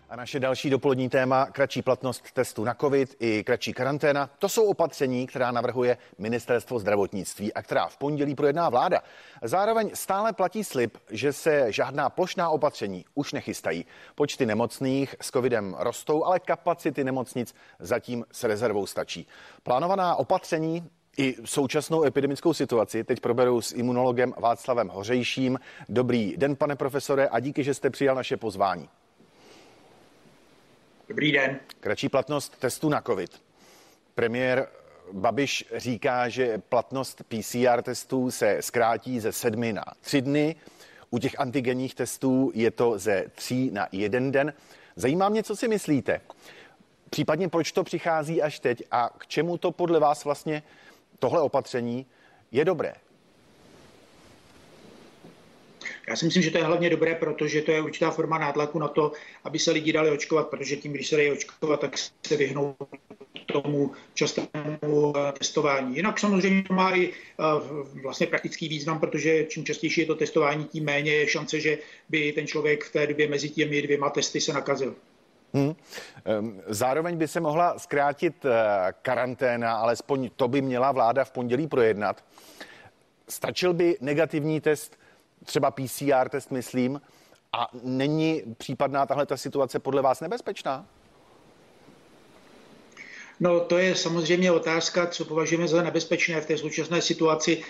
A naše další dopolední téma, kratší platnost testu na covid i kratší karanténa, to jsou opatření, která navrhuje Ministerstvo zdravotnictví a která v pondělí projedná vláda. Zároveň stále platí slib, že se žádná plošná opatření už nechystají. Počty nemocných s covidem rostou, ale kapacity nemocnic zatím s rezervou stačí. Plánovaná opatření i současnou epidemickou situaci teď proberu s imunologem Václavem Hořejším. Dobrý den, pane profesore, a díky, že jste přijal naše pozvání. Dobrý den. Kratší platnost testu na covid. Premiér Babiš říká, že platnost PCR testů se zkrátí ze 7 na 3 dny. U těch antigenních testů je to ze 3 na 1 den. Zajímá mě, co si myslíte. Případně proč to přichází až teď a k čemu to podle vás vlastně tohle opatření je dobré? Já si myslím, že to je hlavně dobré, protože to je určitá forma nátlaku na to, aby se lidi dali očkovat, protože tím, když se dají očkovat, tak se vyhnou tomu častému testování. Jinak samozřejmě to má i vlastně praktický význam, protože čím častější je to testování, tím méně je šance, že by ten člověk v té době mezi těmi 2 testy se nakazil. Zároveň by se mohla zkrátit karanténa, alespoň to by měla vláda v pondělí projednat. Stačil by negativní test, třeba PCR test, myslím, a není případná tahle ta situace podle vás nebezpečná? No, to je samozřejmě otázka, co považujeme za nebezpečné v té současné situaci.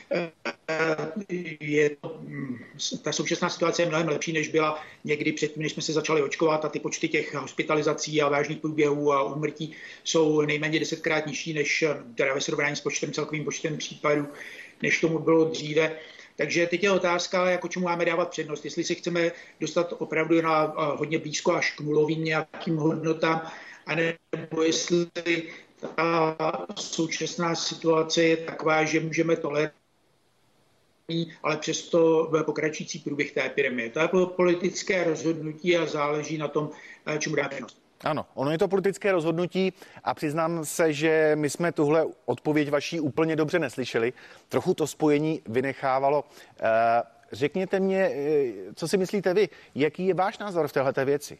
Ta současná situace je mnohem lepší, než byla někdy předtím, než jsme se začali očkovat, a ty počty těch hospitalizací a vážných průběhů a úmrtí jsou nejméně 10krát nižší, než teda ve srovnání s celkovým počtem případů, než tomu bylo dříve. Takže teď je otázka, jako čemu máme dávat přednost. Jestli se chceme dostat opravdu na hodně blízko až k nulovým nějakým hodnotám, anebo jestli ta současná situace je taková, že můžeme tolerovat, ale přesto pokračující průběh té epidemie. To je politické rozhodnutí a záleží na tom, čemu dáme přednost. Ano, ono je to politické rozhodnutí a přiznám se, že my jsme tuhle odpověď vaší úplně dobře neslyšeli. Trochu to spojení vynechávalo. Řekněte mě, co si myslíte vy? Jaký je váš názor v téhleté věci?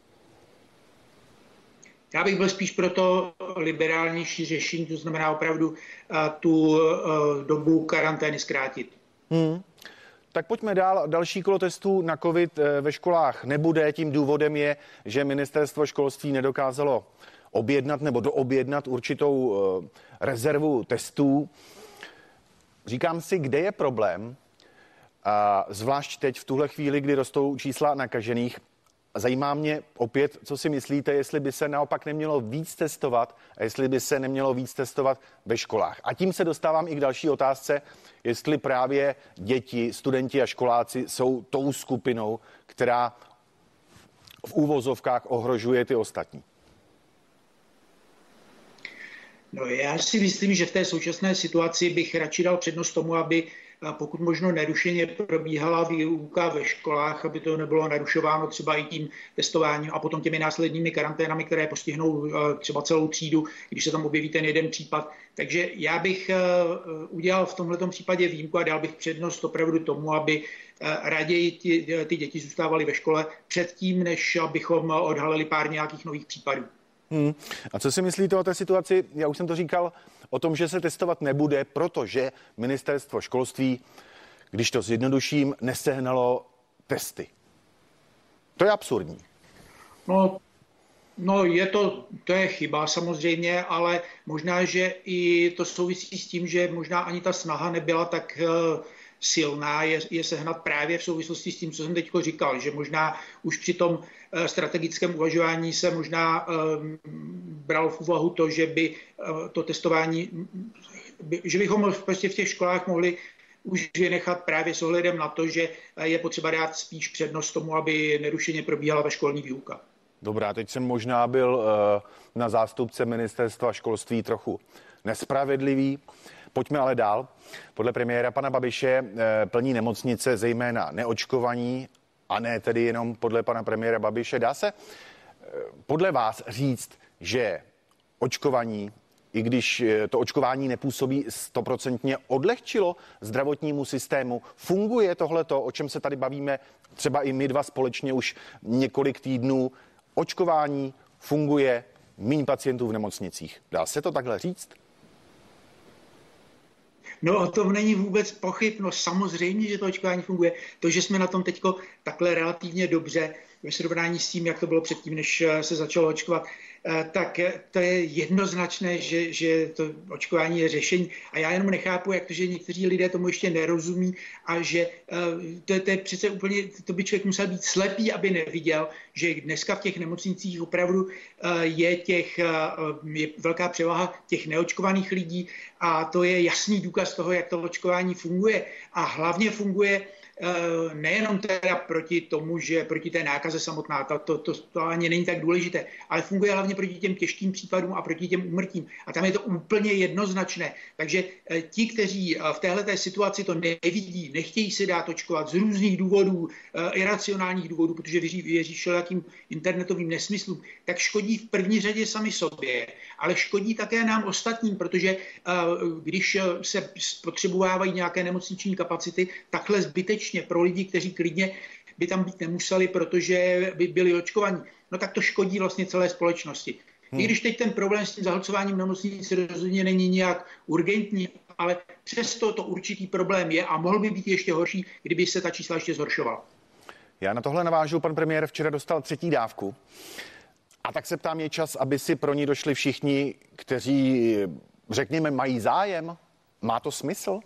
Já bych byl spíš pro to liberálnější řešení, to znamená opravdu tu dobu karantény zkrátit. Tak pojďme dál. Další kolo testů na covid ve školách nebude. Tím důvodem je, že Ministerstvo školství nedokázalo objednat nebo doobjednat určitou rezervu testů. Říkám si, kde je problém, zvlášť teď v tuhle chvíli, kdy rostou čísla nakažených. Zajímá mě opět, co si myslíte, jestli by se naopak nemělo víc testovat a jestli by se nemělo víc testovat ve školách. A tím se dostávám i k další otázce, jestli právě děti, studenti a školáci jsou tou skupinou, která v úvozovkách ohrožuje ty ostatní. No, já si myslím, že v té současné situaci bych radši dal přednost tomu, aby pokud možno nerušeně probíhala výuka ve školách, aby to nebylo narušováno třeba i tím testováním a potom těmi následnými karanténami, které postihnou třeba celou třídu, když se tam objeví ten jeden případ. Takže já bych udělal v tomhletom případě výjimku a dal bych přednost opravdu tomu, aby raději ty děti zůstávaly ve škole předtím, než abychom odhalili pár nějakých nových případů. A co si myslíte o té situaci? Já už jsem to říkal o tom, že se testovat nebude, protože Ministerstvo školství, když to zjednoduším, nesehnalo testy. To je absurdní. No to je chyba samozřejmě, ale možná, že i to souvisí s tím, že možná ani ta snaha nebyla tak silná je sehnat právě v souvislosti s tím, co jsem teď říkal, že možná už při tom strategickém uvažování se možná bralo v úvahu to, že by to testování, že bychom prostě v těch školách mohli už vynechat právě s ohledem na to, že je potřeba dát spíš přednost tomu, aby nerušeně probíhala ta školní výuka. Dobrá, teď jsem možná byl na zástupce Ministerstva školství trochu nespravedlivý. Pojďme ale dál. Podle premiéra pana Babiše plní nemocnice zejména neočkovaní a ne tedy jenom podle pana premiéra Babiše. Dá se podle vás říct, že očkovaní, i když to očkování nepůsobí 100%, odlehčilo zdravotnímu systému? Funguje tohleto, o čem se tady bavíme, třeba i my dva společně už několik týdnů? očkování funguje, míň pacientů v nemocnicích. Dá se to takhle říct? No o tom není vůbec pochyb. No samozřejmě, že to očkování funguje. To, že jsme na tom teďko takhle relativně dobře ve srovnání s tím, jak to bylo předtím, než se začalo očkovat, tak to je jednoznačné, že to očkování je řešení. A já jenom nechápu, jak to, že někteří lidé tomu ještě nerozumí a že to je přece úplně, to by člověk musel být slepý, aby neviděl, že dneska v těch nemocnicích opravdu je velká převaha těch neočkovaných lidí a to je jasný důkaz toho, jak to očkování funguje. A hlavně funguje nejenom teda proti tomu, že proti té nákaze samotná, to ani není tak důležité, ale funguje hlavně proti těm těžkým případům a proti těm úmrtím. A tam je to úplně jednoznačné. Takže ti, kteří v téhleté situaci to nevidí, nechtějí si dát očkovat z různých důvodů, iracionálních důvodů, protože věří všelijakým internetovým nesmyslům, tak škodí v první řadě sami sobě, ale škodí také nám ostatním, protože když se spotřebovávají nějaké nemocniční kapacity, takhle zbytečně pro lidi, kteří klidně by tam být nemuseli, protože by byli očkovaní, no tak to škodí vlastně celé společnosti. I když teď ten problém s tím zahlcováním nemocnic rozhodně není nějak urgentní, ale přesto to určitý problém je a mohl by být ještě horší, kdyby se ta čísla ještě zhoršovala. Já na tohle navážu. Pan premiér včera dostal 3. dávku. A tak se ptám, je čas, aby si pro ní došli všichni, kteří, řekněme, mají zájem? Má to smysl?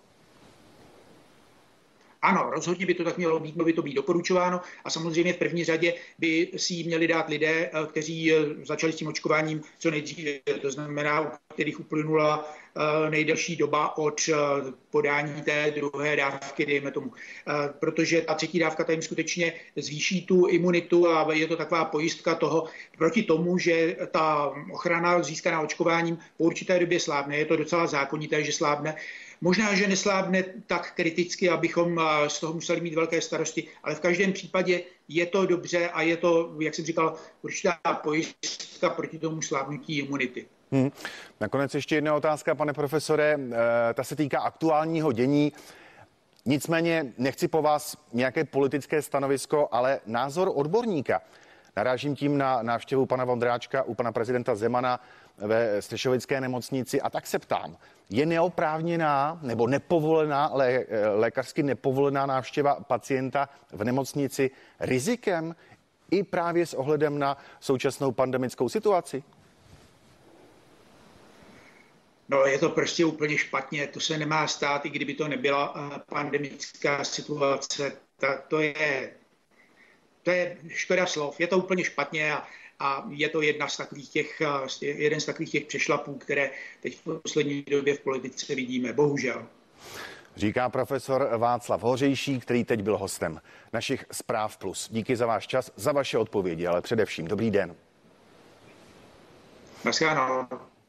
Ano, rozhodně by to tak mělo by to být doporučováno a samozřejmě v první řadě by si ji měli dát lidé, kteří začali s tím očkováním co nejdříve, to znamená, u kterých uplynula nejdelší doba od podání té druhé dávky, dejme tomu. Protože ta 3. dávka ta jim skutečně zvýší tu imunitu a je to taková pojistka toho proti tomu, že ta ochrana získaná očkováním po určité době slábne. Je to docela zákonité, že slábne. Možná, že neslábne tak kriticky, abychom z toho museli mít velké starosti, ale v každém případě je to dobře a je to, jak jsem říkal, určitá pojistka proti tomu slábnutí imunity. Nakonec ještě jedna otázka, pane profesore, ta se týká aktuálního dění. Nicméně nechci po vás nějaké politické stanovisko, ale názor odborníka. Narážím tím na návštěvu pana Vondráčka u pana prezidenta Zemana ve Střešovické nemocnici a tak se ptám, je neoprávněná nebo nepovolená, lékařsky nepovolená návštěva pacienta v nemocnici rizikem i právě s ohledem na současnou pandemickou situaci? No, je to prostě úplně špatně, to se nemá stát, i kdyby to nebyla pandemická situace. To je škoda slov, je to úplně špatně a je to jeden z takových těch přešlapů, které teď v poslední době v politice vidíme, bohužel. Říká profesor Václav Hořejší, který teď byl hostem našich Zpráv Plus. Díky za váš čas, za vaše odpovědi, ale především dobrý den. Naschledanou.